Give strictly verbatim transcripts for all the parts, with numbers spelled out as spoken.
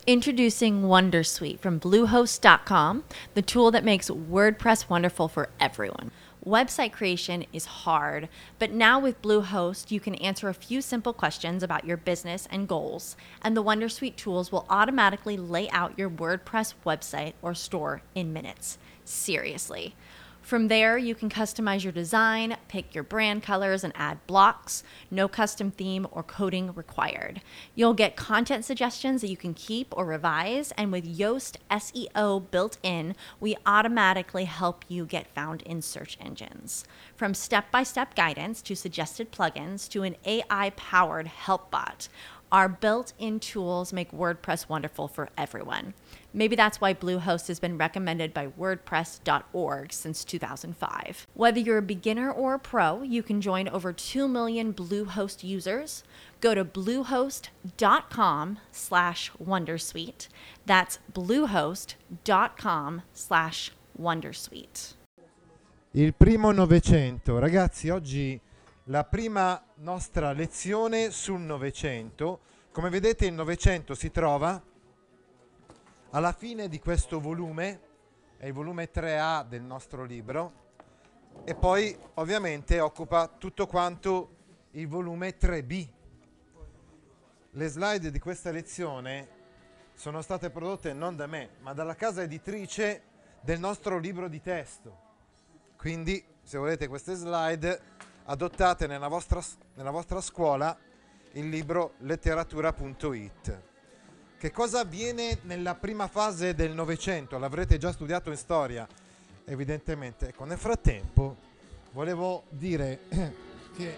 Introducing Wondersuite from Bluehost dot com, the tool that makes WordPress wonderful for everyone. Website creation is hard, but now with Bluehost, you can answer a few simple questions about your business and goals, and the Wondersuite tools will automatically lay out your WordPress website or store in minutes. Seriously. From there, you can customize your design, pick your brand colors, and add blocks. No custom theme or coding required. You'll get content suggestions that you can keep or revise, and with Yoast S E O built in, we automatically help you get found in search engines. From step-by-step guidance to suggested plugins to an A I-powered help bot, our built-in tools make WordPress wonderful for everyone. Maybe that's why Bluehost has been recommended by WordPress dot org since two thousand five. Whether you're a beginner or a pro, you can join over two million Bluehost users. Go to bluehost dot com slash wondersuite. That's bluehost dot com slash wondersuite. Il primo Novecento. Ragazzi, oggi la prima nostra lezione sul Novecento. Come vedete, il Novecento si trova alla fine di questo volume, è il volume tre A del nostro libro, e poi ovviamente occupa tutto quanto il volume tre B. Le slide di questa lezione sono state prodotte non da me, ma dalla casa editrice del nostro libro di testo. Quindi, se volete queste slide, adottate nella vostra, nella vostra scuola il libro letteratura punto it. Che cosa avviene nella prima fase del Novecento? L'avrete già studiato in storia, evidentemente. Ecco, nel frattempo volevo dire che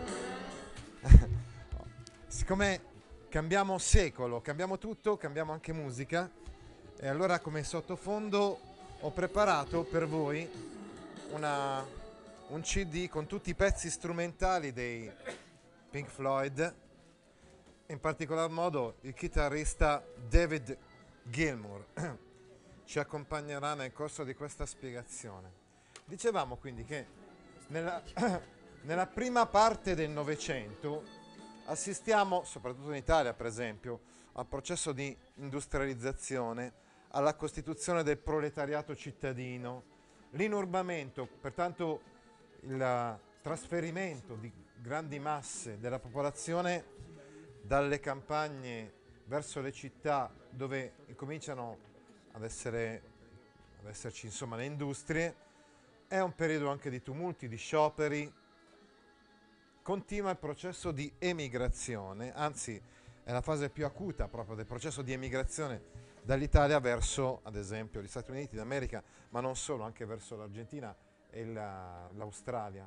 siccome cambiamo secolo, cambiamo tutto, cambiamo anche musica, e allora come sottofondo ho preparato per voi una, un C D con tutti i pezzi strumentali dei Pink Floyd, in particolar modo il chitarrista David Gilmour ci accompagnerà nel corso di questa spiegazione. Dicevamo quindi che nella, nella prima parte del Novecento assistiamo, soprattutto in Italia per esempio, al processo di industrializzazione, alla costituzione del proletariato cittadino, l'inurbamento, pertanto il trasferimento di grandi masse della popolazione dalle campagne verso le città, dove cominciano ad essere ad esserci insomma le industrie. È un periodo anche di tumulti, di scioperi. Continua il processo di emigrazione, anzi è la fase più acuta proprio del processo di emigrazione dall'Italia verso, ad esempio, gli Stati Uniti d'America, ma non solo, anche verso l'Argentina e la, l'Australia.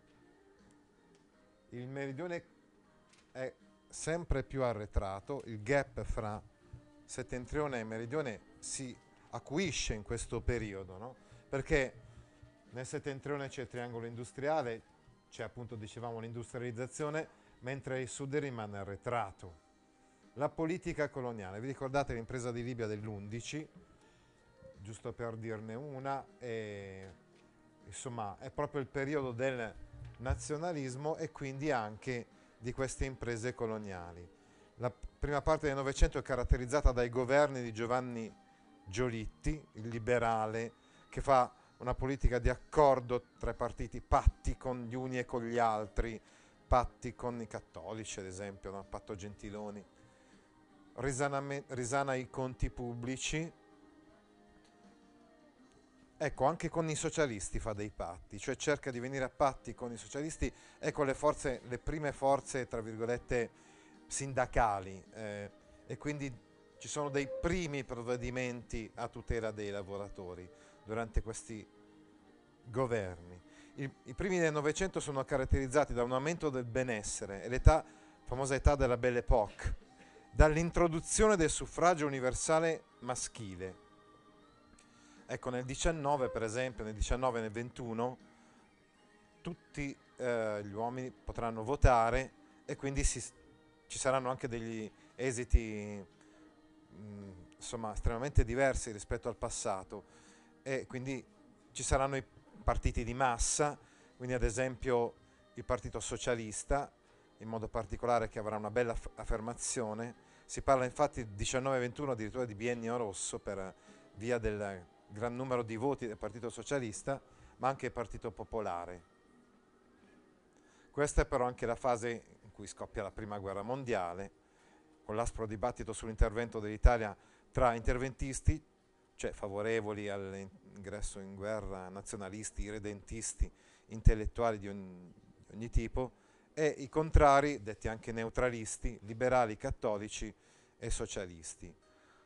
Il meridione è sempre più arretrato, il gap fra settentrione e meridione si acuisce in questo periodo, no? Perché nel settentrione c'è il triangolo industriale, c'è appunto, dicevamo, l'industrializzazione, mentre il sud rimane arretrato. La politica coloniale, vi ricordate l'impresa di Libia dell'undici, giusto per dirne una, e, insomma è proprio il periodo del nazionalismo e quindi anche di queste imprese coloniali. La prima parte del Novecento è caratterizzata dai governi di Giovanni Giolitti, il liberale, che fa una politica di accordo tra i partiti, patti con gli uni e con gli altri, patti con i cattolici ad esempio, no? Patto Gentiloni, risana, risana i conti pubblici. Ecco, anche con i socialisti fa dei patti, cioè cerca di venire a patti con i socialisti e con le forze, le prime forze, tra virgolette, sindacali, eh, e quindi ci sono dei primi provvedimenti a tutela dei lavoratori durante questi governi. I, i primi del Novecento sono caratterizzati da un aumento del benessere e l'età, famosa età della Belle Époque, dall'introduzione del suffragio universale maschile. Ecco, nel diciannove, per esempio, nel diciannove e nel ventuno, tutti eh, gli uomini potranno votare e quindi si, ci saranno anche degli esiti mh, insomma, estremamente diversi rispetto al passato, e quindi ci saranno i partiti di massa, quindi ad esempio il Partito Socialista, in modo particolare, che avrà una bella aff- affermazione, Si parla infatti diciannove ventuno addirittura di biennio rosso per via del gran numero di voti del Partito Socialista, ma anche del Partito Popolare. Questa è però anche la fase in cui scoppia la Prima Guerra Mondiale, con l'aspro dibattito sull'intervento dell'Italia tra interventisti, cioè favorevoli all'ingresso in guerra, nazionalisti, redentisti, intellettuali di ogni, di ogni tipo, e i contrari, detti anche neutralisti, liberali, cattolici e socialisti.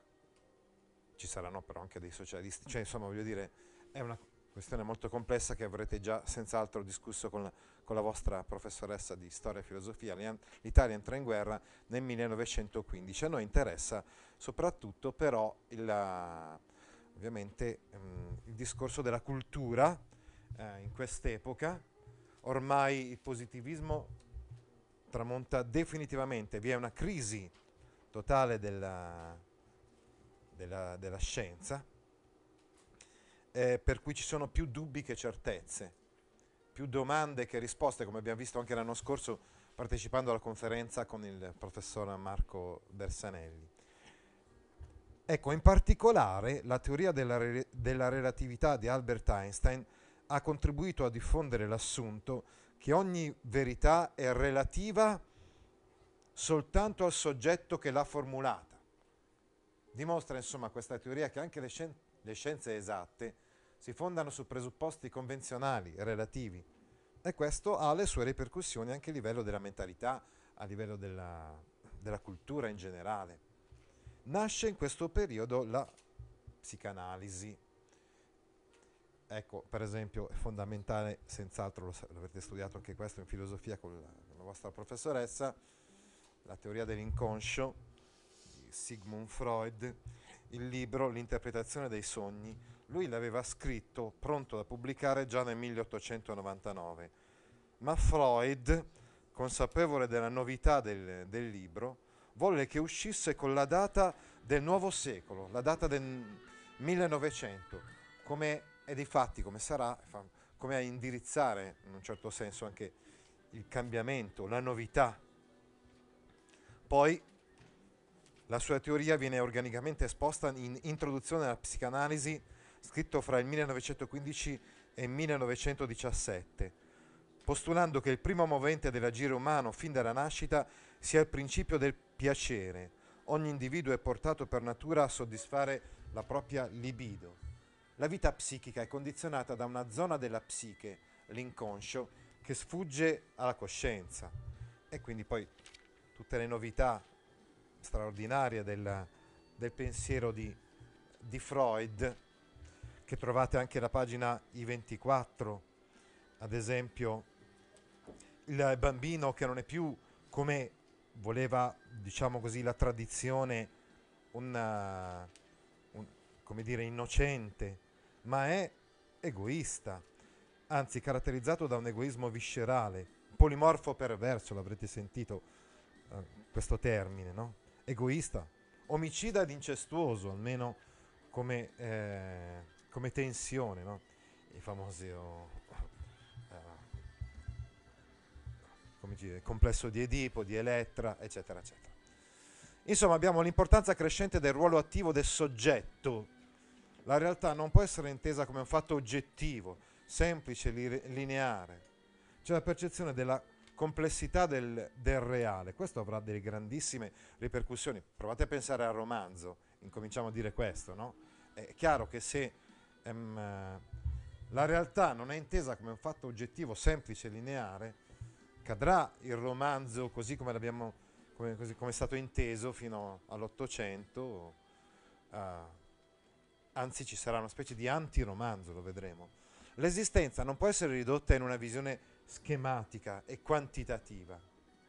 Ci saranno però anche dei socialisti, cioè insomma voglio dire, è una questione molto complessa che avrete già senz'altro discusso con la, con la vostra professoressa di storia e filosofia. L'Italia entra in guerra nel millenovecentoquindici. A noi interessa soprattutto però il, ovviamente um, il discorso della cultura eh, in quest'epoca. Ormai il positivismo tramonta definitivamente, vi è una crisi totale della, della, della scienza, eh, per cui ci sono più dubbi che certezze, più domande che risposte, come abbiamo visto anche l'anno scorso partecipando alla conferenza con il professor Marco Bersanelli. Ecco, in particolare la teoria della, re- della relatività di Albert Einstein ha contribuito a diffondere l'assunto che ogni verità è relativa soltanto al soggetto che l'ha formulata. Dimostra insomma questa teoria che anche le, scien- le scienze esatte si fondano su presupposti convenzionali, relativi, e questo ha le sue ripercussioni anche a livello della mentalità, a livello della, della cultura in generale. Nasce in questo periodo la psicanalisi. Ecco, per esempio, è fondamentale, senz'altro lo, lo avete studiato anche questo in filosofia con la, con la vostra professoressa, la teoria dell'inconscio di Sigmund Freud, il libro L'interpretazione dei sogni. Lui l'aveva scritto, pronto da pubblicare già nel milleottocentonovantanove, ma Freud, consapevole della novità del, del libro, volle che uscisse con la data del nuovo secolo, la data del millenovecento, come e dei fatti come sarà, come a indirizzare in un certo senso anche il cambiamento, la novità. Poi la sua teoria viene organicamente esposta in Introduzione alla psicanalisi, scritto fra il millenovecentoquindici e il millenovecentodiciassette, postulando che il primo movente dell'agire umano fin dalla nascita sia il principio del piacere. Ogni individuo è portato per natura a soddisfare la propria libido. La vita psichica è condizionata da una zona della psiche, l'inconscio, che sfugge alla coscienza. E quindi poi tutte le novità straordinarie del, del pensiero di, di Freud, che trovate anche alla pagina I ventiquattro, ad esempio il bambino che non è più, come voleva, diciamo così, la tradizione, una, un, come dire, innocente, ma è egoista, anzi caratterizzato da un egoismo viscerale, polimorfo perverso, l'avrete sentito eh, questo termine, no? Egoista, omicida ed incestuoso, almeno come, eh, come tensione, no? I famosi oh, eh, come dire, complesso di Edipo, di Elettra, eccetera, eccetera. Insomma, abbiamo l'importanza crescente del ruolo attivo del soggetto. La realtà non può essere intesa come un fatto oggettivo, semplice, li- lineare. C'è la percezione della complessità del, del reale. Questo avrà delle grandissime ripercussioni. Provate a pensare al romanzo, incominciamo a dire questo, no? È chiaro che se ehm, la realtà non è intesa come un fatto oggettivo, semplice, lineare, cadrà il romanzo così come l'abbiamo, come, così come è stato inteso fino all'Ottocento. Uh, anzi ci sarà una specie di antiromanzo, lo vedremo. L'esistenza non può essere ridotta in una visione schematica e quantitativa.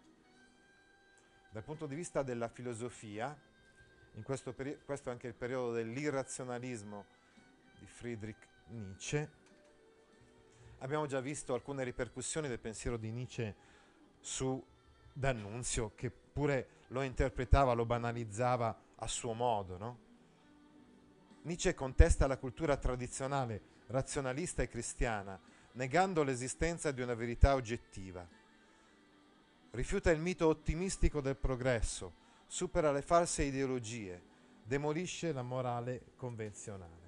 Dal punto di vista della filosofia, in questo, peri- questo è anche il periodo dell'irrazionalismo di Friedrich Nietzsche. Abbiamo già visto alcune ripercussioni del pensiero di Nietzsche su D'Annunzio, che pure lo interpretava, lo banalizzava a suo modo, no? Nietzsche contesta la cultura tradizionale, razionalista e cristiana, negando l'esistenza di una verità oggettiva. Rifiuta il mito ottimistico del progresso, supera le false ideologie, demolisce la morale convenzionale.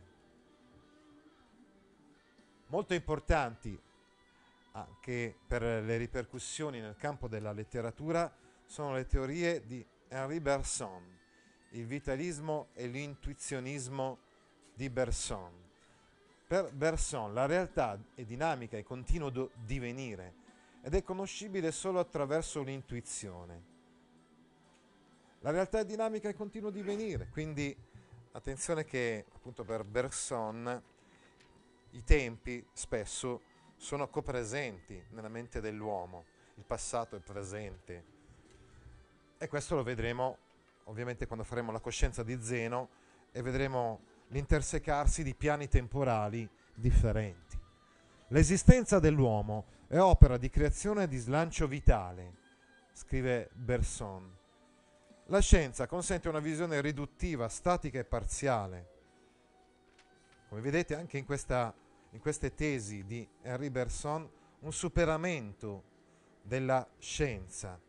Molto importanti anche per le ripercussioni nel campo della letteratura sono le teorie di Henri Bergson, il vitalismo e l'intuizionismo di Bergson. Per Bergson la realtà è dinamica e continuo do- divenire ed è conoscibile solo attraverso l'intuizione. La realtà è dinamica e continuo divenire, quindi attenzione che appunto per Bergson i tempi spesso sono copresenti nella mente dell'uomo, il passato e il presente. E questo lo vedremo ovviamente quando faremo la coscienza di Zeno e vedremo l'intersecarsi di piani temporali differenti. L'esistenza dell'uomo è opera di creazione e di slancio vitale, scrive Bergson. La scienza consente una visione riduttiva, statica e parziale. Come vedete anche in, questa, in queste tesi di Henri Bergson, un superamento della scienza.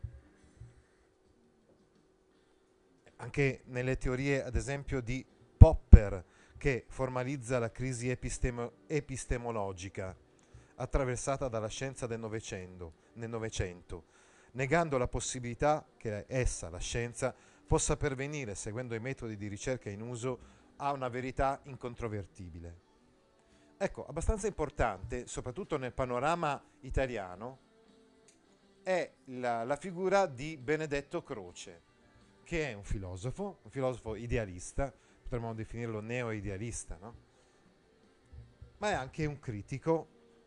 Anche nelle teorie, ad esempio, di Popper, che formalizza la crisi epistemo- epistemologica attraversata dalla scienza del Novecento, nel Novecento, negando la possibilità che essa, la scienza, possa pervenire, seguendo i metodi di ricerca in uso, a una verità incontrovertibile. Ecco, abbastanza importante, soprattutto nel panorama italiano, è la, la figura di Benedetto Croce, che è un filosofo, un filosofo idealista, potremmo definirlo neo-idealista, no? Ma è anche un critico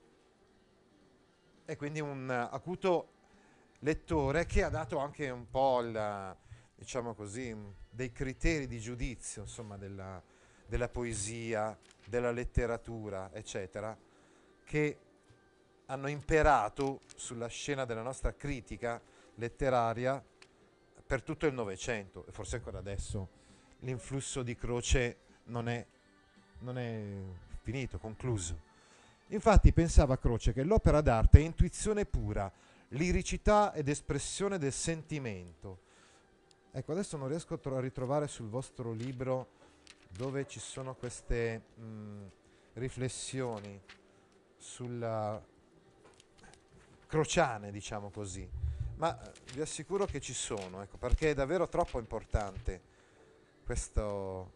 e quindi un acuto lettore che ha dato anche un po' il, diciamo così, dei criteri di giudizio, insomma, della, della poesia, della letteratura, eccetera, che hanno imperato sulla scena della nostra critica letteraria per tutto il Novecento e forse ancora adesso. L'influsso di Croce non è, non è finito, concluso. Infatti pensava Croce che l'opera d'arte è intuizione pura, liricità ed espressione del sentimento. Ecco, adesso non riesco a ritrovare sul vostro libro dove ci sono queste mh, riflessioni sulla crociane, diciamo così, ma vi assicuro che ci sono, ecco, perché è davvero troppo importante questo,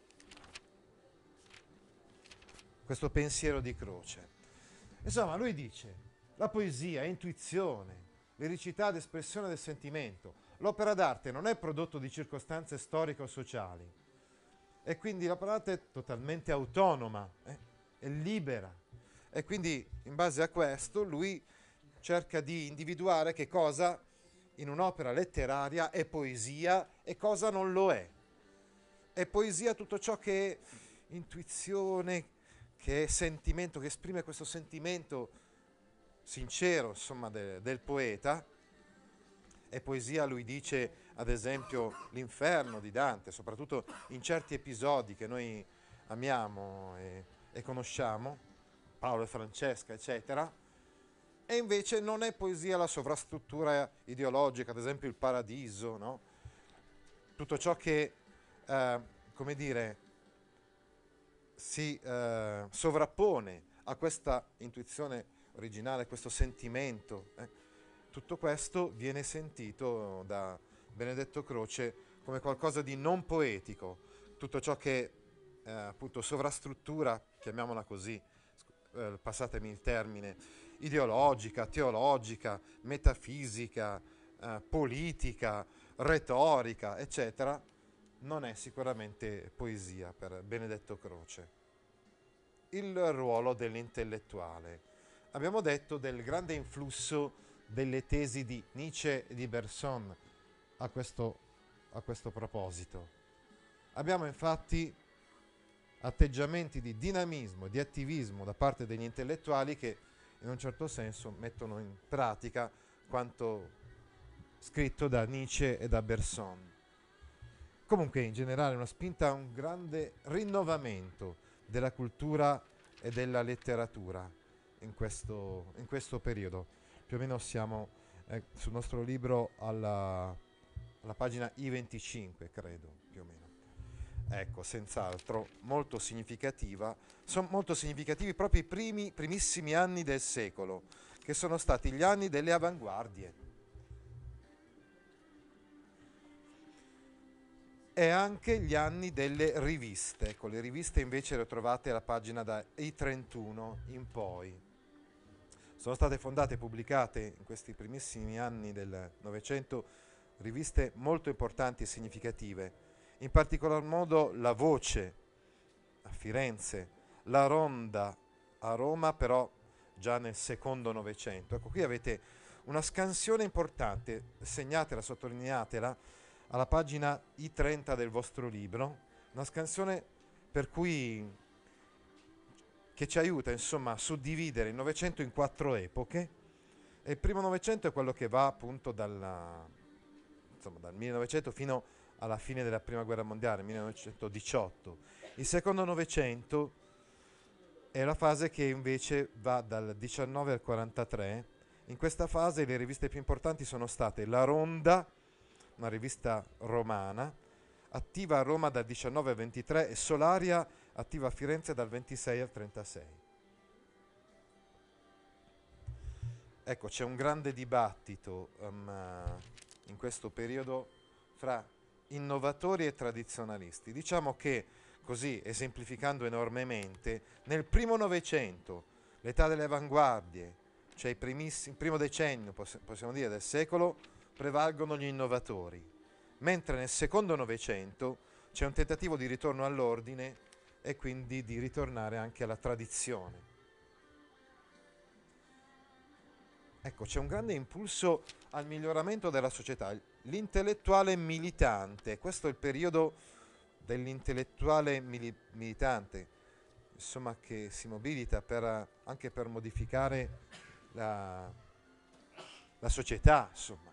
questo pensiero di Croce. Insomma, lui dice: la poesia è intuizione, liricità ed espressione del sentimento. L'opera d'arte non è prodotto di circostanze storiche o sociali, e quindi l'opera d'arte è totalmente autonoma, eh? È libera. E quindi, in base a questo, lui cerca di individuare che cosa in un'opera letteraria è poesia e cosa non lo è. È poesia tutto ciò che è intuizione, che è sentimento, che esprime questo sentimento sincero, insomma, de- del poeta. È poesia, lui dice, ad esempio, l'Inferno di Dante, soprattutto in certi episodi che noi amiamo e, e conosciamo, Paolo e Francesca, eccetera. E invece non è poesia la sovrastruttura ideologica, ad esempio il Paradiso, no? Tutto ciò che, eh, come dire, si eh, sovrappone a questa intuizione originale, questo sentimento. Eh. Tutto questo viene sentito da Benedetto Croce come qualcosa di non poetico. Tutto ciò che eh, appunto sovrastruttura, chiamiamola così, eh, passatemi il termine, ideologica, teologica, metafisica, eh, politica, retorica, eccetera, non è sicuramente poesia per Benedetto Croce. Il ruolo dell'intellettuale. Abbiamo detto del grande influsso delle tesi di Nietzsche e di Bergson a questo, a questo proposito. Abbiamo infatti atteggiamenti di dinamismo e di attivismo da parte degli intellettuali che in un certo senso mettono in pratica quanto scritto da Nietzsche e da Bergson. Comunque in generale una spinta a un grande rinnovamento della cultura e della letteratura in questo, in questo periodo. Più o meno siamo eh, sul nostro libro alla, alla pagina I venticinque, credo, più o meno. Ecco, senz'altro, molto significativa. Sono molto significativi proprio i primi, primissimi anni del secolo, che sono stati gli anni delle avanguardie. E anche gli anni delle riviste. Ecco, le riviste invece le trovate alla pagina da I trentuno in poi. Sono state fondate e pubblicate in questi primissimi anni del Novecento riviste molto importanti e significative. In particolar modo La Voce a Firenze, La Ronda a Roma, però già nel secondo Novecento. Ecco, qui avete una scansione importante, segnatela, sottolineatela, alla pagina I trenta del vostro libro, una scansione per cui che ci aiuta insomma a suddividere il Novecento in quattro epoche, e il primo Novecento è quello che va appunto dalla, insomma, dal millenovecento fino alla fine della Prima Guerra Mondiale, millenovecentodiciotto. Il secondo Novecento è la fase che invece va dal diciannove al quarantatré. In questa fase le riviste più importanti sono state La Ronda, una rivista romana, attiva a Roma dal diciannove al ventitré, e Solaria, attiva a Firenze dal ventisei al trentasei. Ecco, c'è un grande dibattito um, in questo periodo fra innovatori e tradizionalisti. Diciamo che, così esemplificando enormemente, nel primo Novecento, l'età delle avanguardie, cioè il primo decennio, possiamo dire, del secolo, prevalgono gli innovatori, mentre nel secondo Novecento c'è un tentativo di ritorno all'ordine e quindi di ritornare anche alla tradizione. Ecco, c'è un grande impulso al miglioramento della società, l'intellettuale militante. Questo è il periodo dell'intellettuale mili- militante, insomma, che si mobilita per, anche per modificare la, la società, insomma,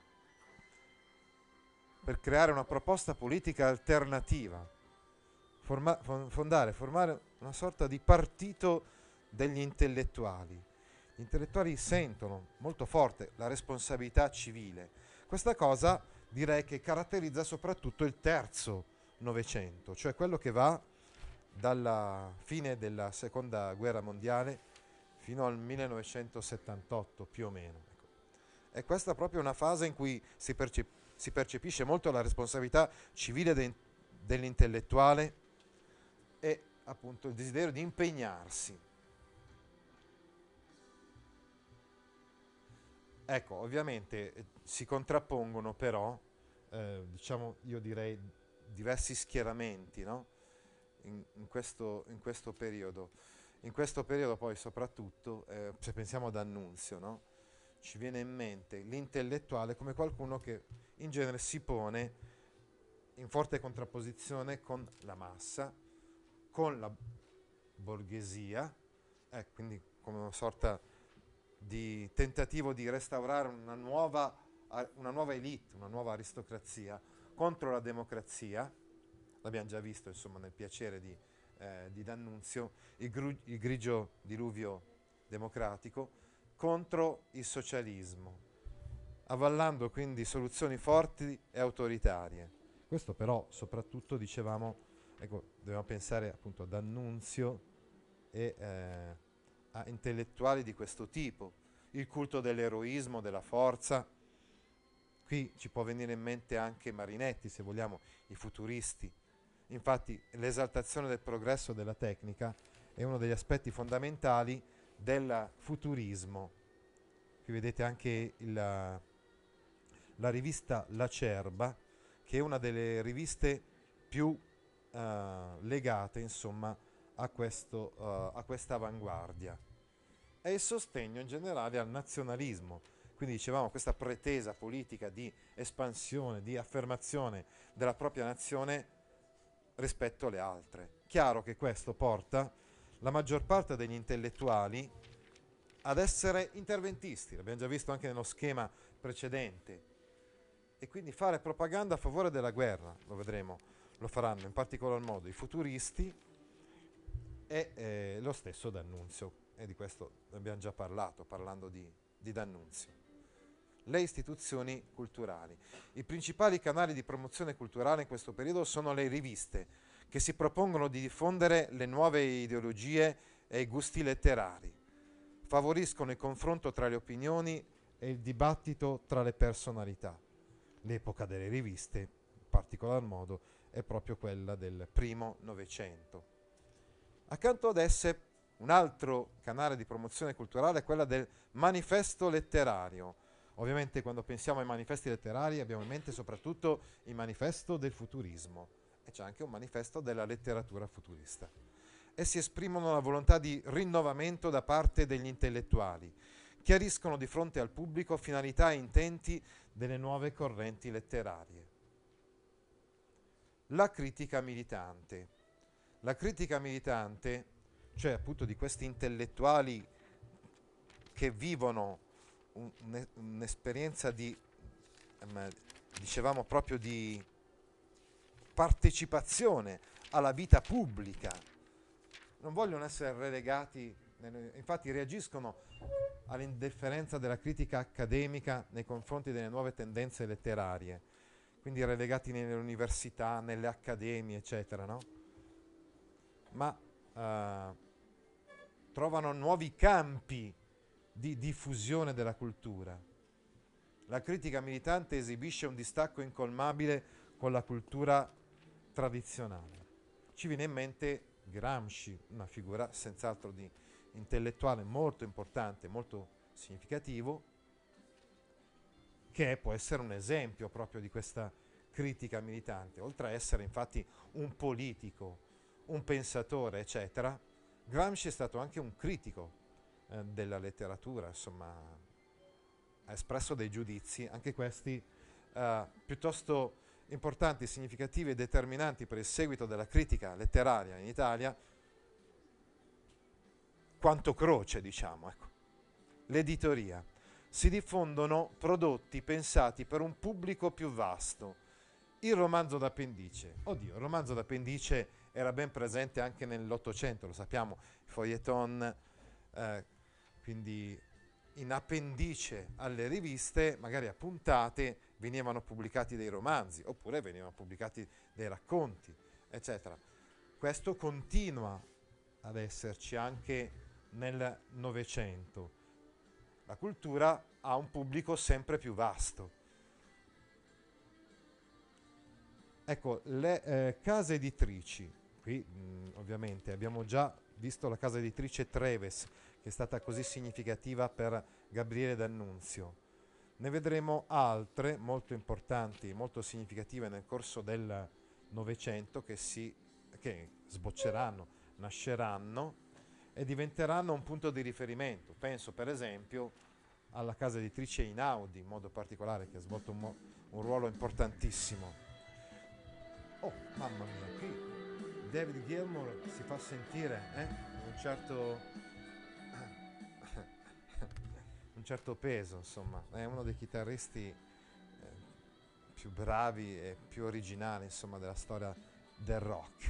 per creare una proposta politica alternativa, forma, fondare, formare una sorta di partito degli intellettuali. Gli intellettuali sentono molto forte la responsabilità civile. Questa cosa direi che caratterizza soprattutto il terzo Novecento, cioè quello che va dalla fine della Seconda Guerra Mondiale fino al millenovecentosettantotto più o meno. Ecco. E questa è proprio una fase in cui si, percep- si percepisce molto la responsabilità civile de- dell'intellettuale e appunto il desiderio di impegnarsi. Ecco, ovviamente eh, si contrappongono però, eh, diciamo, io direi diversi schieramenti, no? In, in, questo, in questo periodo. In questo periodo poi soprattutto, eh, se pensiamo ad Annunzio, no? Ci viene in mente l'intellettuale come qualcuno che in genere si pone in forte contrapposizione con la massa, con la borghesia, eh, quindi come una sorta di tentativo di restaurare una nuova, una nuova elite, una nuova aristocrazia contro la democrazia. L'abbiamo già visto insomma nel piacere di, eh, di D'Annunzio, il, gru- il grigio diluvio democratico contro il socialismo, avvallando quindi soluzioni forti e autoritarie. Questo però soprattutto, dicevamo, ecco, dobbiamo pensare appunto ad D'Annunzio e eh, a intellettuali di questo tipo, il culto dell'eroismo, della forza. Qui ci può venire in mente anche Marinetti, se vogliamo, i futuristi. Infatti l'esaltazione del progresso della tecnica è uno degli aspetti fondamentali del futurismo. Qui vedete anche il, la rivista Lacerba, che è una delle riviste più uh, legate, insomma, a, questo, uh, a questa avanguardia, e il sostegno in generale al nazionalismo. Quindi dicevamo questa pretesa politica di espansione, di affermazione della propria nazione rispetto alle altre. Chiaro che questo porta la maggior parte degli intellettuali ad essere interventisti, l'abbiamo già visto anche nello schema precedente, e quindi fare propaganda a favore della guerra, lo vedremo, lo faranno in particolar modo i futuristi e eh, lo stesso D'Annunzio, e di questo abbiamo già parlato, parlando di, di D'Annunzio. le istituzioni culturali. I principali canali di promozione culturale in questo periodo sono le riviste, che si propongono di diffondere le nuove ideologie e i gusti letterari, favoriscono il confronto tra le opinioni e il dibattito tra le personalità. L'epoca delle riviste, in particolar modo, è proprio quella del primo Novecento. Accanto ad esse, un altro canale di promozione culturale è quella del manifesto letterario. Ovviamente quando pensiamo ai manifesti letterari abbiamo in mente soprattutto il manifesto del futurismo, e c'è anche un manifesto della letteratura futurista. Essi esprimono la volontà di rinnovamento da parte degli intellettuali, chiariscono di fronte al pubblico finalità e intenti delle nuove correnti letterarie. La critica militante. La critica militante, cioè appunto di questi intellettuali che vivono un, un'esperienza di, um, dicevamo proprio di partecipazione alla vita pubblica, non vogliono essere relegati, infatti reagiscono all'indifferenza della critica accademica nei confronti delle nuove tendenze letterarie, quindi relegati nelle università, nelle accademie, eccetera, no? Ma uh, trovano nuovi campi di diffusione della cultura. La critica militante esibisce un distacco incolmabile con la cultura tradizionale. Ci viene in mente Gramsci, una figura senz'altro di intellettuale molto importante, molto significativo, che può essere un esempio proprio di questa critica militante. Oltre a essere infatti un politico, un pensatore, eccetera, Gramsci è stato anche un critico eh, della letteratura, insomma, ha espresso dei giudizi, anche questi eh, piuttosto importanti, significativi e determinanti per il seguito della critica letteraria in Italia, quanto Croce, diciamo, ecco. L'editoria. Si diffondono prodotti pensati per un pubblico più vasto. Il romanzo d'appendice. Oddio, il romanzo d'appendice era ben presente anche nell'Ottocento, lo sappiamo, i feuilleton, eh, quindi in appendice alle riviste, magari a puntate, venivano pubblicati dei romanzi, oppure venivano pubblicati dei racconti, eccetera. Questo continua ad esserci anche nel Novecento. La cultura ha un pubblico sempre più vasto. Ecco, le eh, case editrici, qui mh, ovviamente abbiamo già visto la casa editrice Treves, che è stata così significativa per Gabriele D'Annunzio. Ne vedremo altre molto importanti, molto significative nel corso del Novecento che, si, che sbocceranno, nasceranno e diventeranno un punto di riferimento. Penso per esempio alla casa editrice Einaudi, in modo particolare, che ha svolto un, mo- un ruolo importantissimo. Oh, mamma mia, qui David Gilmour si fa sentire, eh? Un certo, un certo peso, insomma. È uno dei chitarristi eh, più bravi e più originali, insomma, della storia del rock.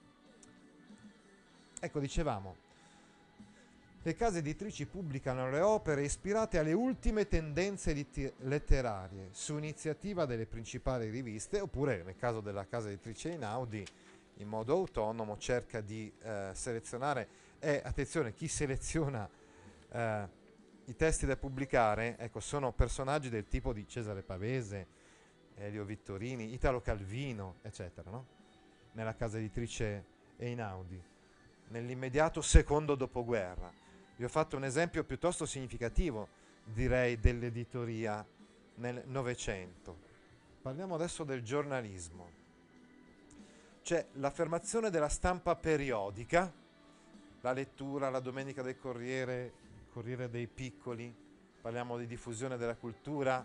Ecco, dicevamo, le case editrici pubblicano le opere ispirate alle ultime tendenze lit- letterarie su iniziativa delle principali riviste, oppure nel caso della casa editrice Einaudi in modo autonomo cerca di eh, selezionare, e attenzione, chi seleziona eh, i testi da pubblicare, ecco, sono personaggi del tipo di Cesare Pavese, Elio Vittorini, Italo Calvino, eccetera, no? Nella casa editrice Einaudi, nell'immediato secondo dopoguerra. Vi ho fatto un esempio piuttosto significativo, direi, dell'editoria nel Novecento. Parliamo adesso del giornalismo. C'è l'affermazione della stampa periodica, la lettura, la Domenica del Corriere, Corriere dei Piccoli, parliamo di diffusione della cultura,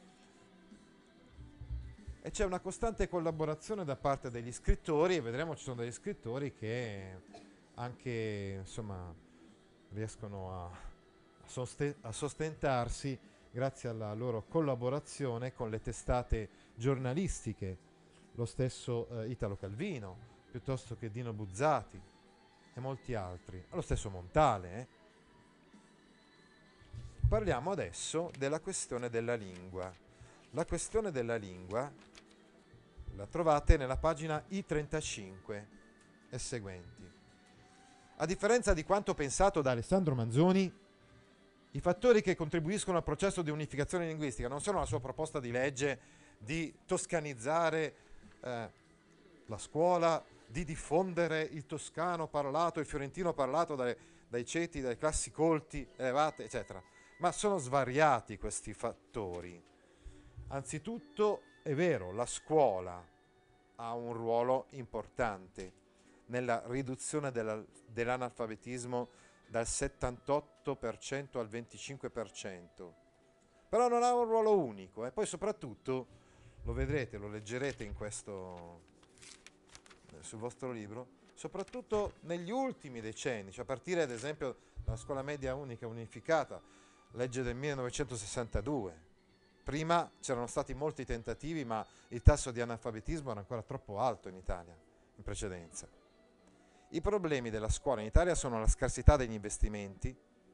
e c'è una costante collaborazione da parte degli scrittori, e vedremo ci sono degli scrittori che anche, insomma, riescono a, a, soste- a sostentarsi grazie alla loro collaborazione con le testate giornalistiche, lo stesso eh, Italo Calvino, piuttosto che Dino Buzzati e molti altri, lo stesso Montale. Eh. Parliamo adesso della questione della lingua. La questione della lingua la trovate nella pagina I trentacinque e seguenti. A differenza di quanto pensato da Alessandro Manzoni, i fattori che contribuiscono al processo di unificazione linguistica non sono la sua proposta di legge di toscanizzare eh, la scuola, di diffondere il toscano parlato, il fiorentino parlato dai, dai ceti, dalle classi colti, elevate, eccetera. Ma sono svariati questi fattori. Anzitutto, è vero, la scuola ha un ruolo importante nella riduzione della, dell'analfabetismo dal settantotto per cento al venticinque per cento. Però non ha un ruolo unico e poi soprattutto, lo vedrete, lo leggerete in questo, sul vostro libro, soprattutto negli ultimi decenni, cioè a partire ad esempio dalla scuola media unica unificata, legge del millenovecentosessantadue. Prima c'erano stati molti tentativi, ma il tasso di analfabetismo era ancora troppo alto in Italia, in precedenza. I problemi della scuola in Italia sono la scarsità degli investimenti,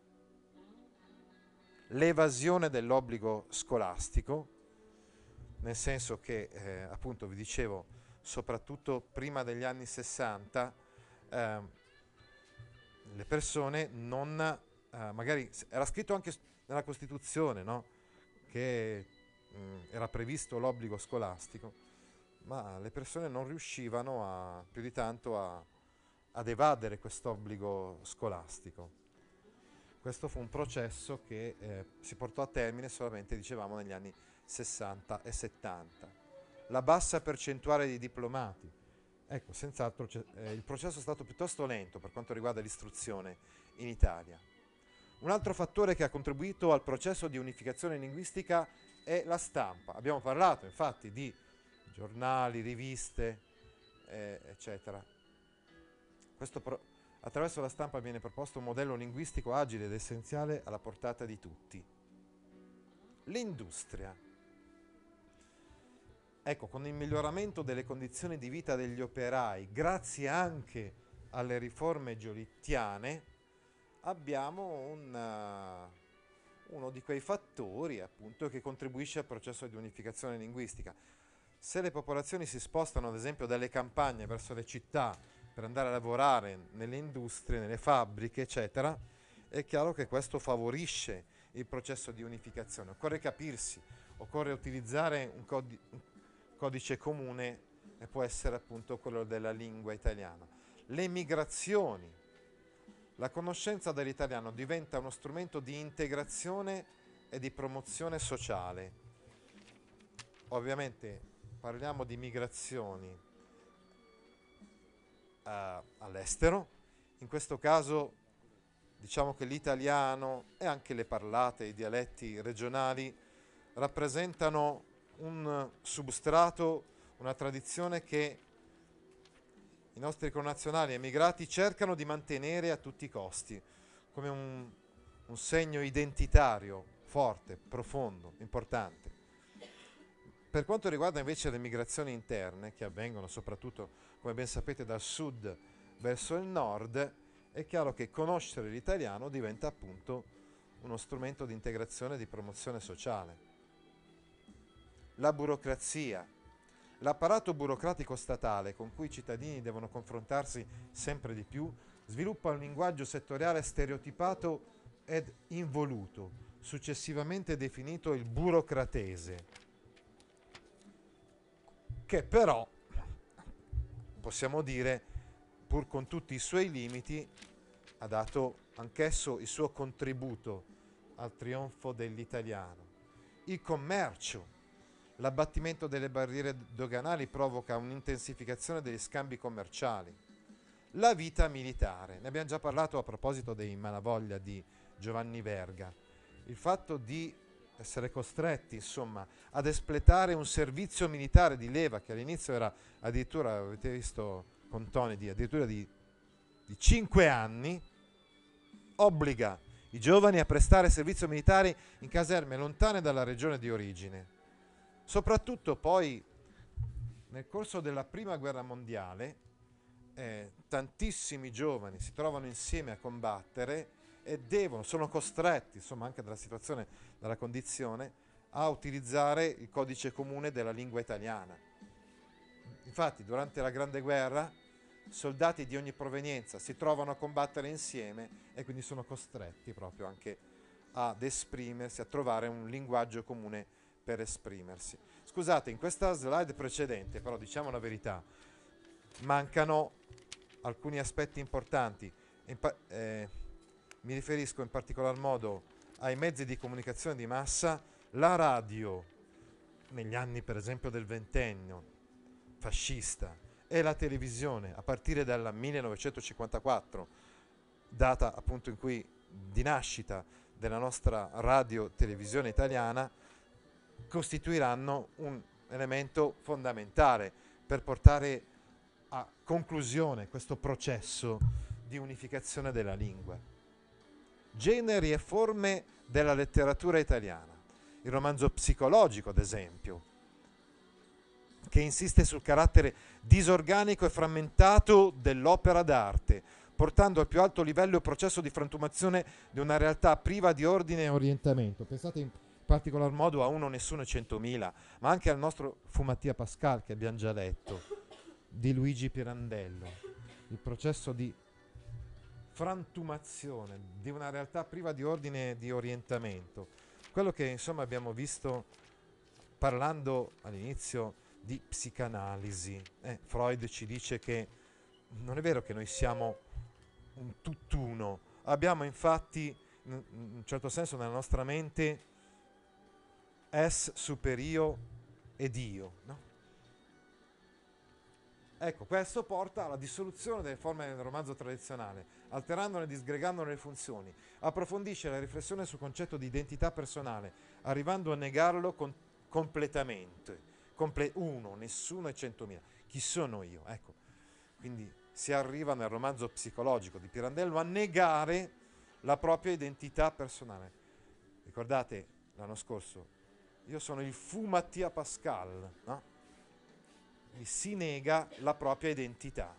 l'evasione dell'obbligo scolastico, nel senso che, eh, appunto, vi dicevo, soprattutto prima degli anni sessanta, eh, le persone non, eh, magari era scritto anche nella Costituzione, no? Che mh, era previsto l'obbligo scolastico, ma le persone non riuscivano a, più di tanto a, ad evadere quest'obbligo scolastico. Questo fu un processo che eh, si portò a termine solamente, dicevamo, negli anni sessanta e settanta. La bassa percentuale di diplomati. Ecco, senz'altro eh, il processo è stato piuttosto lento per quanto riguarda l'istruzione in Italia. Un altro fattore che ha contribuito al processo di unificazione linguistica è la stampa. Abbiamo parlato infatti di giornali, riviste, eh, eccetera. Questo pro- attraverso la stampa viene proposto un modello linguistico agile ed essenziale alla portata di tutti. L'industria. Ecco, con il miglioramento delle condizioni di vita degli operai, grazie anche alle riforme giolittiane, abbiamo un, uh, uno di quei fattori, appunto, che contribuisce al processo di unificazione linguistica. Se le popolazioni si spostano, ad esempio, dalle campagne verso le città per andare a lavorare nelle industrie, nelle fabbriche, eccetera, è chiaro che questo favorisce il processo di unificazione. Occorre capirsi, occorre utilizzare un, codi- un codice comune, e può essere appunto quello della lingua italiana. Le migrazioni. La conoscenza dell'italiano diventa uno strumento di integrazione e di promozione sociale. Ovviamente parliamo di migrazioni uh, all'estero. In questo caso diciamo che l'italiano e anche le parlate, i dialetti regionali rappresentano un substrato, una tradizione che i nostri connazionali emigrati cercano di mantenere a tutti i costi, come un, un segno identitario forte, profondo, importante. Per quanto riguarda invece le migrazioni interne, che avvengono soprattutto, come ben sapete, dal sud verso il nord, è chiaro che conoscere l'italiano diventa appunto uno strumento di integrazione e di promozione sociale. La burocrazia. L'apparato burocratico statale con cui i cittadini devono confrontarsi sempre di più sviluppa un linguaggio settoriale stereotipato ed involuto, successivamente definito il burocratese, che però, possiamo dire, pur con tutti i suoi limiti, ha dato anch'esso il suo contributo al trionfo dell'italiano. Il commercio. L'abbattimento delle barriere doganali provoca un'intensificazione degli scambi commerciali. La vita militare. Ne abbiamo già parlato a proposito dei Malavoglia di Giovanni Verga. Il fatto di essere costretti, insomma, ad espletare un servizio militare di leva, che all'inizio era addirittura, avete visto con Tony, di, addirittura di, di cinque anni, obbliga i giovani a prestare servizio militare in caserme lontane dalla regione di origine. Soprattutto poi nel corso della prima guerra mondiale eh, tantissimi giovani si trovano insieme a combattere e devono, sono costretti, insomma anche dalla situazione, dalla condizione, a utilizzare il codice comune della lingua italiana. Infatti durante la Grande Guerra soldati di ogni provenienza si trovano a combattere insieme e quindi sono costretti proprio anche ad esprimersi, a trovare un linguaggio comune per esprimersi. Scusate, in questa slide precedente, però diciamo la verità, mancano alcuni aspetti importanti. Pa- eh, mi riferisco in particolar modo ai mezzi di comunicazione di massa, la radio, negli anni per esempio del ventennio fascista, e la televisione, a partire dal millenovecentocinquantaquattro, data appunto in cui di nascita della nostra radio-televisione italiana, costituiranno un elemento fondamentale per portare a conclusione questo processo di unificazione della lingua. Generi e forme della letteratura italiana. Il romanzo psicologico, ad esempio, che insiste sul carattere disorganico e frammentato dell'opera d'arte, portando al più alto livello il processo di frantumazione di una realtà priva di ordine e orientamento. Pensate in particolar modo a Uno, Nessuno e Centomila, ma anche al nostro Fu Mattia Pascal, che abbiamo già letto, di Luigi Pirandello. Il processo di frantumazione di una realtà priva di ordine e di orientamento. Quello che insomma abbiamo visto parlando all'inizio di psicanalisi. Eh, Freud ci dice che non è vero che noi siamo un tutt'uno, abbiamo infatti in un certo senso nella nostra mente es superio ed io, no? Ecco, questo porta alla dissoluzione delle forme del romanzo tradizionale, alterandone e disgregandone le funzioni, approfondisce la riflessione sul concetto di identità personale, arrivando a negarlo con- completamente. Comple- uno, nessuno e centomila. Chi sono io? Ecco, quindi si arriva nel romanzo psicologico di Pirandello a negare la propria identità personale. Ricordate l'anno scorso, io sono il Fu Mattia Pascal, no? E si nega la propria identità.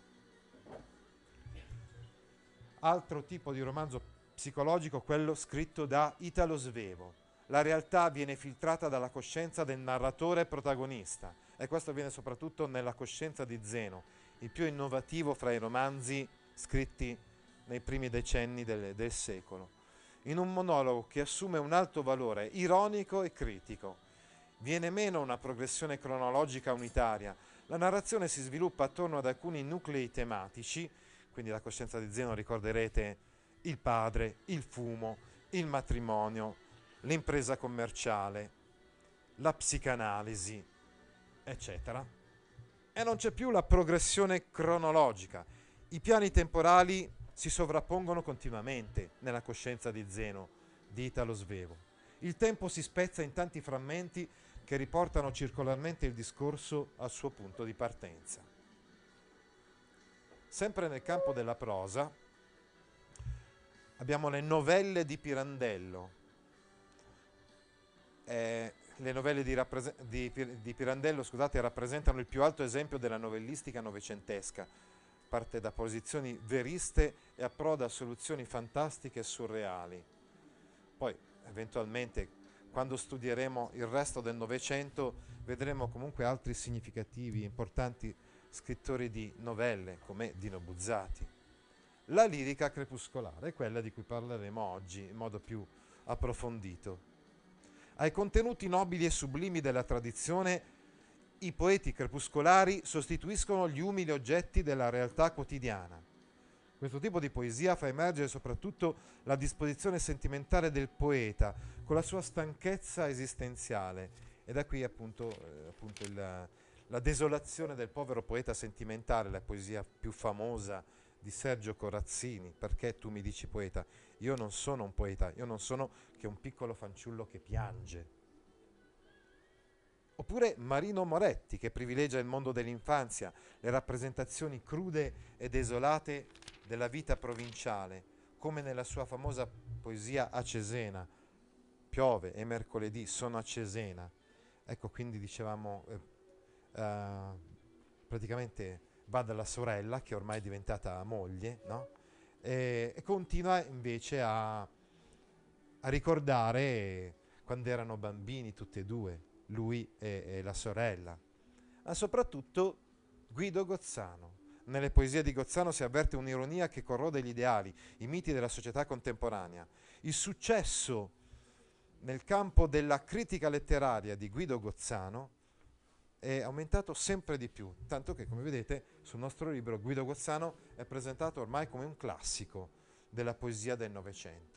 Altro tipo di romanzo psicologico, quello scritto da Italo Svevo. La realtà viene filtrata dalla coscienza del narratore protagonista, e questo avviene soprattutto nella Coscienza di Zeno, il più innovativo fra i romanzi scritti nei primi decenni del, del secolo, in un monologo che assume un alto valore ironico e critico. Viene meno una progressione cronologica unitaria, la narrazione si sviluppa attorno ad alcuni nuclei tematici, quindi la Coscienza di Zeno, ricorderete, il padre, il fumo, il matrimonio, l'impresa commerciale, la psicanalisi, eccetera. E non c'è più la progressione cronologica. I piani temporali si sovrappongono continuamente nella Coscienza di Zeno, di Italo Svevo. Il tempo si spezza in tanti frammenti che riportano circolarmente il discorso al suo punto di partenza. Sempre nel campo della prosa abbiamo le novelle di Pirandello. Eh, le novelle di, rappres- di, di Pirandello scusate, rappresentano il più alto esempio della novellistica novecentesca. Parte da posizioni veriste e approda a soluzioni fantastiche e surreali. Poi, eventualmente, quando studieremo il resto del Novecento, vedremo comunque altri significativi, importanti scrittori di novelle, come Dino Buzzati. La lirica crepuscolare è quella di cui parleremo oggi in modo più approfondito. Ai contenuti nobili e sublimi della tradizione, i poeti crepuscolari sostituiscono gli umili oggetti della realtà quotidiana. Questo tipo di poesia fa emergere soprattutto la disposizione sentimentale del poeta, con la sua stanchezza esistenziale. E da qui appunto, eh, appunto il, la desolazione del povero poeta sentimentale, la poesia più famosa di Sergio Corazzini. Perché tu mi dici poeta? Io non sono un poeta, io non sono che un piccolo fanciullo che piange. Oppure Marino Moretti, che privilegia il mondo dell'infanzia, le rappresentazioni crude e desolate della vita provinciale, come nella sua famosa poesia A Cesena. Piove, è mercoledì, sono a Cesena. Ecco, quindi dicevamo, eh, eh, praticamente va dalla sorella, che ormai è diventata moglie, no? e, e continua invece a, a ricordare quando erano bambini tutti e due, lui e, e la sorella. Ma soprattutto Guido Gozzano. Nelle poesie di Gozzano si avverte un'ironia che corrode gli ideali, i miti della società contemporanea. Il successo nel campo della critica letteraria di Guido Gozzano è aumentato sempre di più, tanto che, come vedete, sul nostro libro Guido Gozzano è presentato ormai come un classico della poesia del Novecento.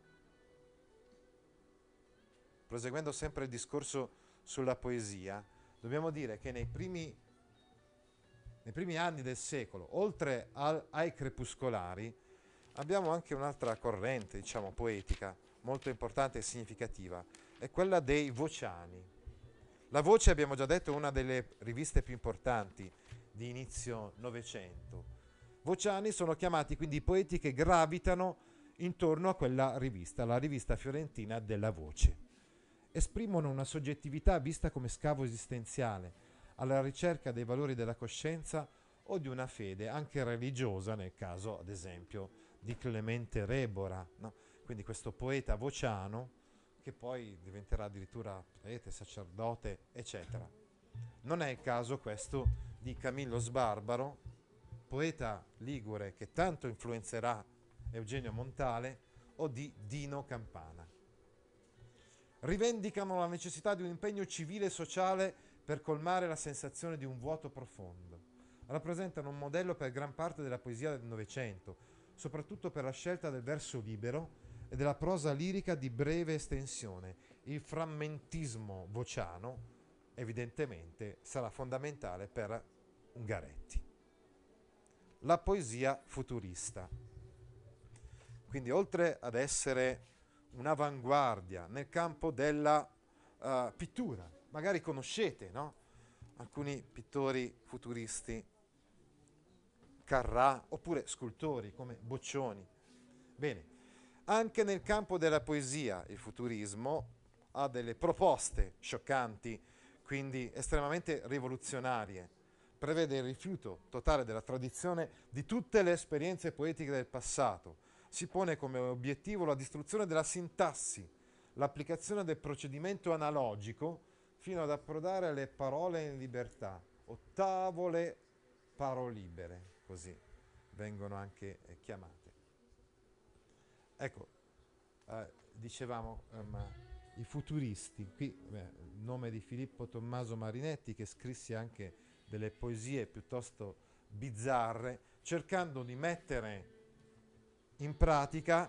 Proseguendo sempre il discorso sulla poesia, dobbiamo dire che nei primi Nei primi anni del secolo, oltre al, ai crepuscolari, abbiamo anche un'altra corrente, diciamo, poetica, molto importante e significativa, è quella dei Vociani. La Voce, abbiamo già detto, è una delle riviste più importanti di inizio Novecento. Vociani sono chiamati quindi i poeti che gravitano intorno a quella rivista, la rivista fiorentina della Voce. Esprimono una soggettività vista come scavo esistenziale, alla ricerca dei valori della coscienza o di una fede, anche religiosa, nel caso, ad esempio, di Clemente Rebora, no? Quindi questo poeta vociano, che poi diventerà addirittura prete, sacerdote, eccetera. Non è il caso questo di Camillo Sbarbaro, poeta ligure che tanto influenzerà Eugenio Montale, o di Dino Campana. Rivendicano la necessità di un impegno civile e sociale per colmare la sensazione di un vuoto profondo. Rappresentano un modello per gran parte della poesia del Novecento, soprattutto per la scelta del verso libero e della prosa lirica di breve estensione. Il frammentismo vociano, evidentemente, sarà fondamentale per Ungaretti. La poesia futurista. Quindi, oltre ad essere un'avanguardia nel campo della uh, pittura, magari conoscete, no? Alcuni pittori futuristi, Carrà, oppure scultori come Boccioni. Bene, anche nel campo della poesia il futurismo ha delle proposte scioccanti, quindi estremamente rivoluzionarie. Prevede il rifiuto totale della tradizione di tutte le esperienze poetiche del passato. Si pone come obiettivo la distruzione della sintassi, l'applicazione del procedimento analogico fino ad approdare alle parole in libertà, o tavole parolibere, così vengono anche eh, chiamate. Ecco, eh, dicevamo um, i futuristi, qui beh, il nome di Filippo Tommaso Marinetti, che scrisse anche delle poesie piuttosto bizzarre, cercando di mettere in pratica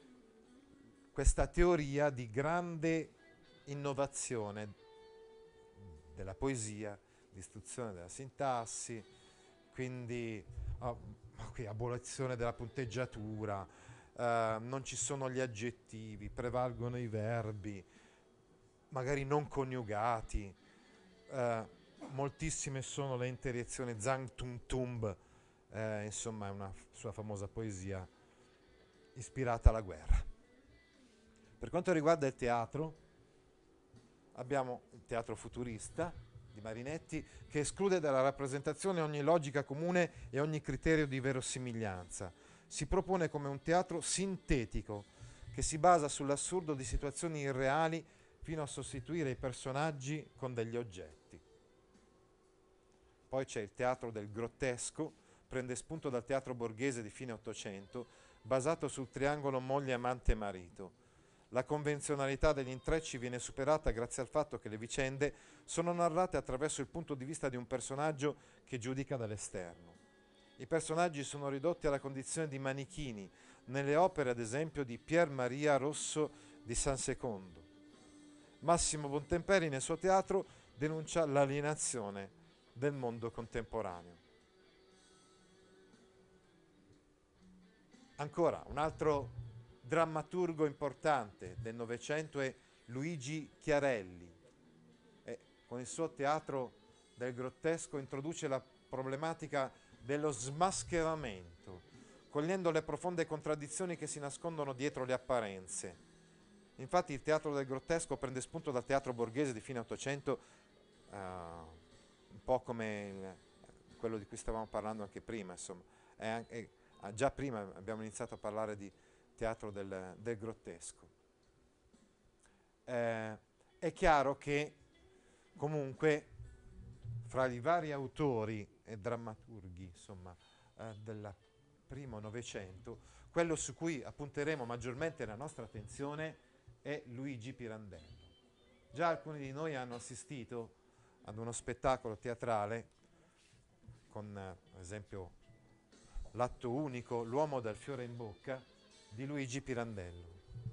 questa teoria di grande innovazione della poesia, distruzione della sintassi, quindi oh, okay, abolizione della punteggiatura, eh, non ci sono gli aggettivi, prevalgono i verbi, magari non coniugati, eh, moltissime sono le interiezioni, Zang Tum Tumb, eh, insomma è una f- sua famosa poesia ispirata alla guerra. Per quanto riguarda il teatro, abbiamo il teatro futurista di Marinetti, che esclude dalla rappresentazione ogni logica comune e ogni criterio di verosimiglianza. Si propone come un teatro sintetico, che si basa sull'assurdo di situazioni irreali fino a sostituire i personaggi con degli oggetti. Poi c'è il teatro del grottesco, prende spunto dal teatro borghese di fine Ottocento, basato sul triangolo moglie-amante-marito. La convenzionalità degli intrecci viene superata grazie al fatto che le vicende sono narrate attraverso il punto di vista di un personaggio che giudica dall'esterno. I personaggi sono ridotti alla condizione di manichini, nelle opere ad esempio di Pier Maria Rosso di San Secondo. Massimo Bontemperi nel suo teatro denuncia l'alienazione del mondo contemporaneo. Ancora, un altro drammaturgo importante del Novecento è Luigi Chiarelli. E con il suo teatro del grottesco introduce la problematica dello smascheramento, cogliendo le profonde contraddizioni che si nascondono dietro le apparenze. Infatti il teatro del grottesco prende spunto dal teatro borghese di fine Ottocento, uh, un po' come il, quello di cui stavamo parlando anche prima, insomma, è, è, ah, già prima abbiamo iniziato a parlare di teatro del, del grottesco. Eh, è chiaro che comunque fra i vari autori e drammaturghi, insomma, eh, del primo Novecento, quello su cui appunteremo maggiormente la nostra attenzione è Luigi Pirandello. Già alcuni di noi hanno assistito ad uno spettacolo teatrale con, eh, ad esempio, l'atto unico, L'uomo dal fiore in bocca, di Luigi Pirandello.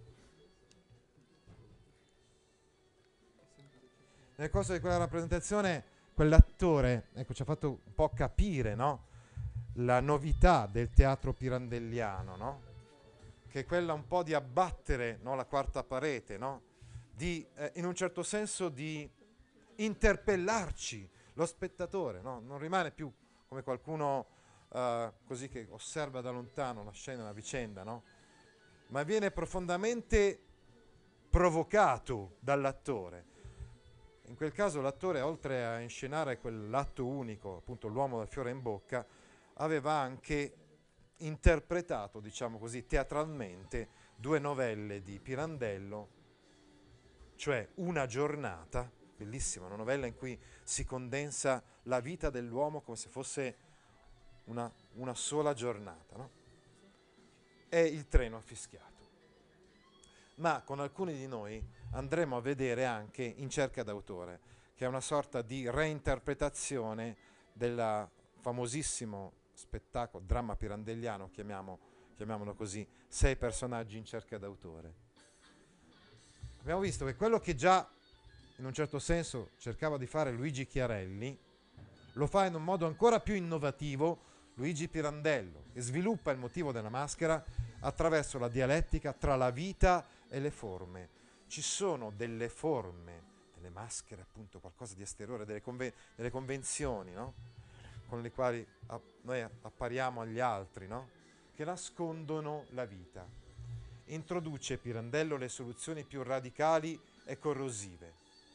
Nel corso di quella rappresentazione, quell'attore, ecco, ci ha fatto un po' capire, no? La novità del teatro pirandelliano, no? Che è quella un po' di abbattere, no, la quarta parete, no? Di, eh, in un certo senso, di interpellarci, lo spettatore, no? Non rimane più come qualcuno uh, così che osserva da lontano la scena, la vicenda, no? Ma viene profondamente provocato dall'attore. In quel caso l'attore, oltre a inscenare quell'atto unico, appunto L'uomo dal fiore in bocca, aveva anche interpretato, diciamo così, teatralmente due novelle di Pirandello, cioè Una giornata, bellissima, una novella in cui si condensa la vita dell'uomo come se fosse una, una sola giornata, no? E Il treno ha fischiato. Ma con alcuni di noi andremo a vedere anche In cerca d'autore, che è una sorta di reinterpretazione del famosissimo spettacolo, dramma pirandelliano, chiamiamo, chiamiamolo così, Sei personaggi in cerca d'autore. Abbiamo visto che quello che già in un certo senso cercava di fare Luigi Chiarelli lo fa in un modo ancora più innovativo Luigi Pirandello, che sviluppa il motivo della maschera attraverso la dialettica tra la vita e le forme. Ci sono delle forme, delle maschere, appunto, qualcosa di esteriore, delle, conven- delle convenzioni, no? Con le quali a- noi appariamo agli altri, no? Che nascondono la vita. Introduce Pirandello le soluzioni più radicali e corrosive.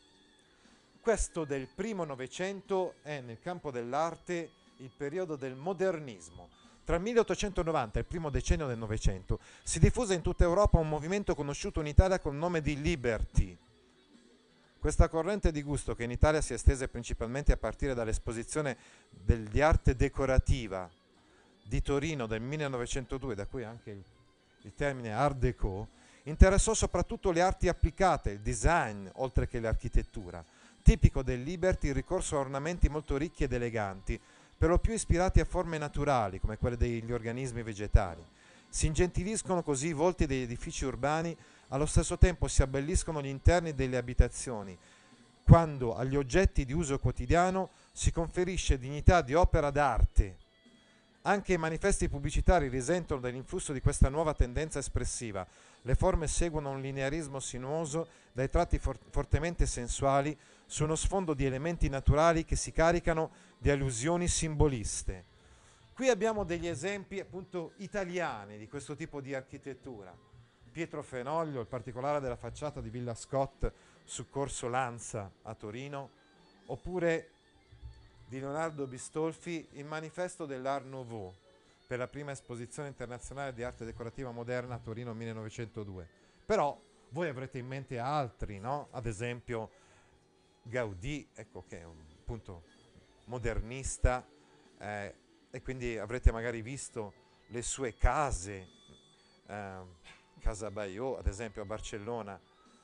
Questo del primo Novecento è, nel campo dell'arte, il periodo del modernismo. Tra il milleottocentonovanta e il primo decennio del Novecento si diffuse in tutta Europa un movimento conosciuto in Italia col nome di Liberty. Questa corrente di gusto, che in Italia si estese principalmente a partire dall'esposizione del, di arte decorativa di Torino del millenovecentodue, da cui anche il, il termine Art Deco, interessò soprattutto le arti applicate, il design, oltre che l'architettura. Tipico del Liberty il ricorso a ornamenti molto ricchi ed eleganti, per lo più ispirati a forme naturali, come quelle degli organismi vegetali. Si ingentiliscono così i volti degli edifici urbani, allo stesso tempo si abbelliscono gli interni delle abitazioni, quando agli oggetti di uso quotidiano si conferisce dignità di opera d'arte. Anche i manifesti pubblicitari risentono dell'influsso di questa nuova tendenza espressiva. Le forme seguono un linearismo sinuoso dai tratti for- fortemente sensuali su uno sfondo di elementi naturali che si caricano di allusioni simboliste. Qui abbiamo degli esempi appunto italiani di questo tipo di architettura. Pietro Fenoglio, in particolare della facciata di Villa Scott su Corso Lanza a Torino, oppure di Leonardo Bistolfi, il manifesto dell'Art Nouveau per la prima esposizione internazionale di arte decorativa moderna a Torino millenovecentodue. Però voi avrete in mente altri, no? Ad esempio Gaudì, ecco, che è un punto modernista, eh, e quindi avrete magari visto le sue case, eh, Casa Bayeux ad esempio a Barcellona,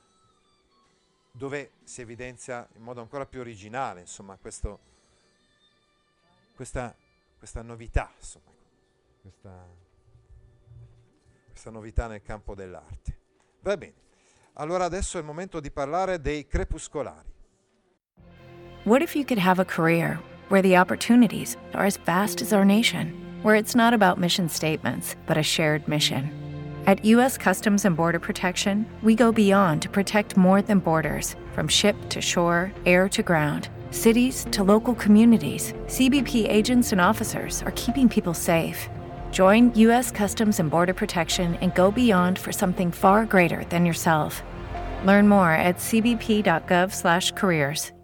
dove si evidenzia in modo ancora più originale, insomma, questo, questa, questa novità, insomma, questa, questa novità nel campo dell'arte. Va bene, allora adesso è il momento di parlare dei crepuscolari. What if you could have a career where the opportunities are as vast as our nation, where it's not about mission statements, but a shared mission? At U S Customs and Border Protection, we go beyond to protect more than borders, from ship to shore, air to ground, cities to local communities. C B P agents and officers are keeping people safe. Join U S Customs and Border Protection and go beyond for something far greater than yourself. Learn more at c b p dot gov slash careers.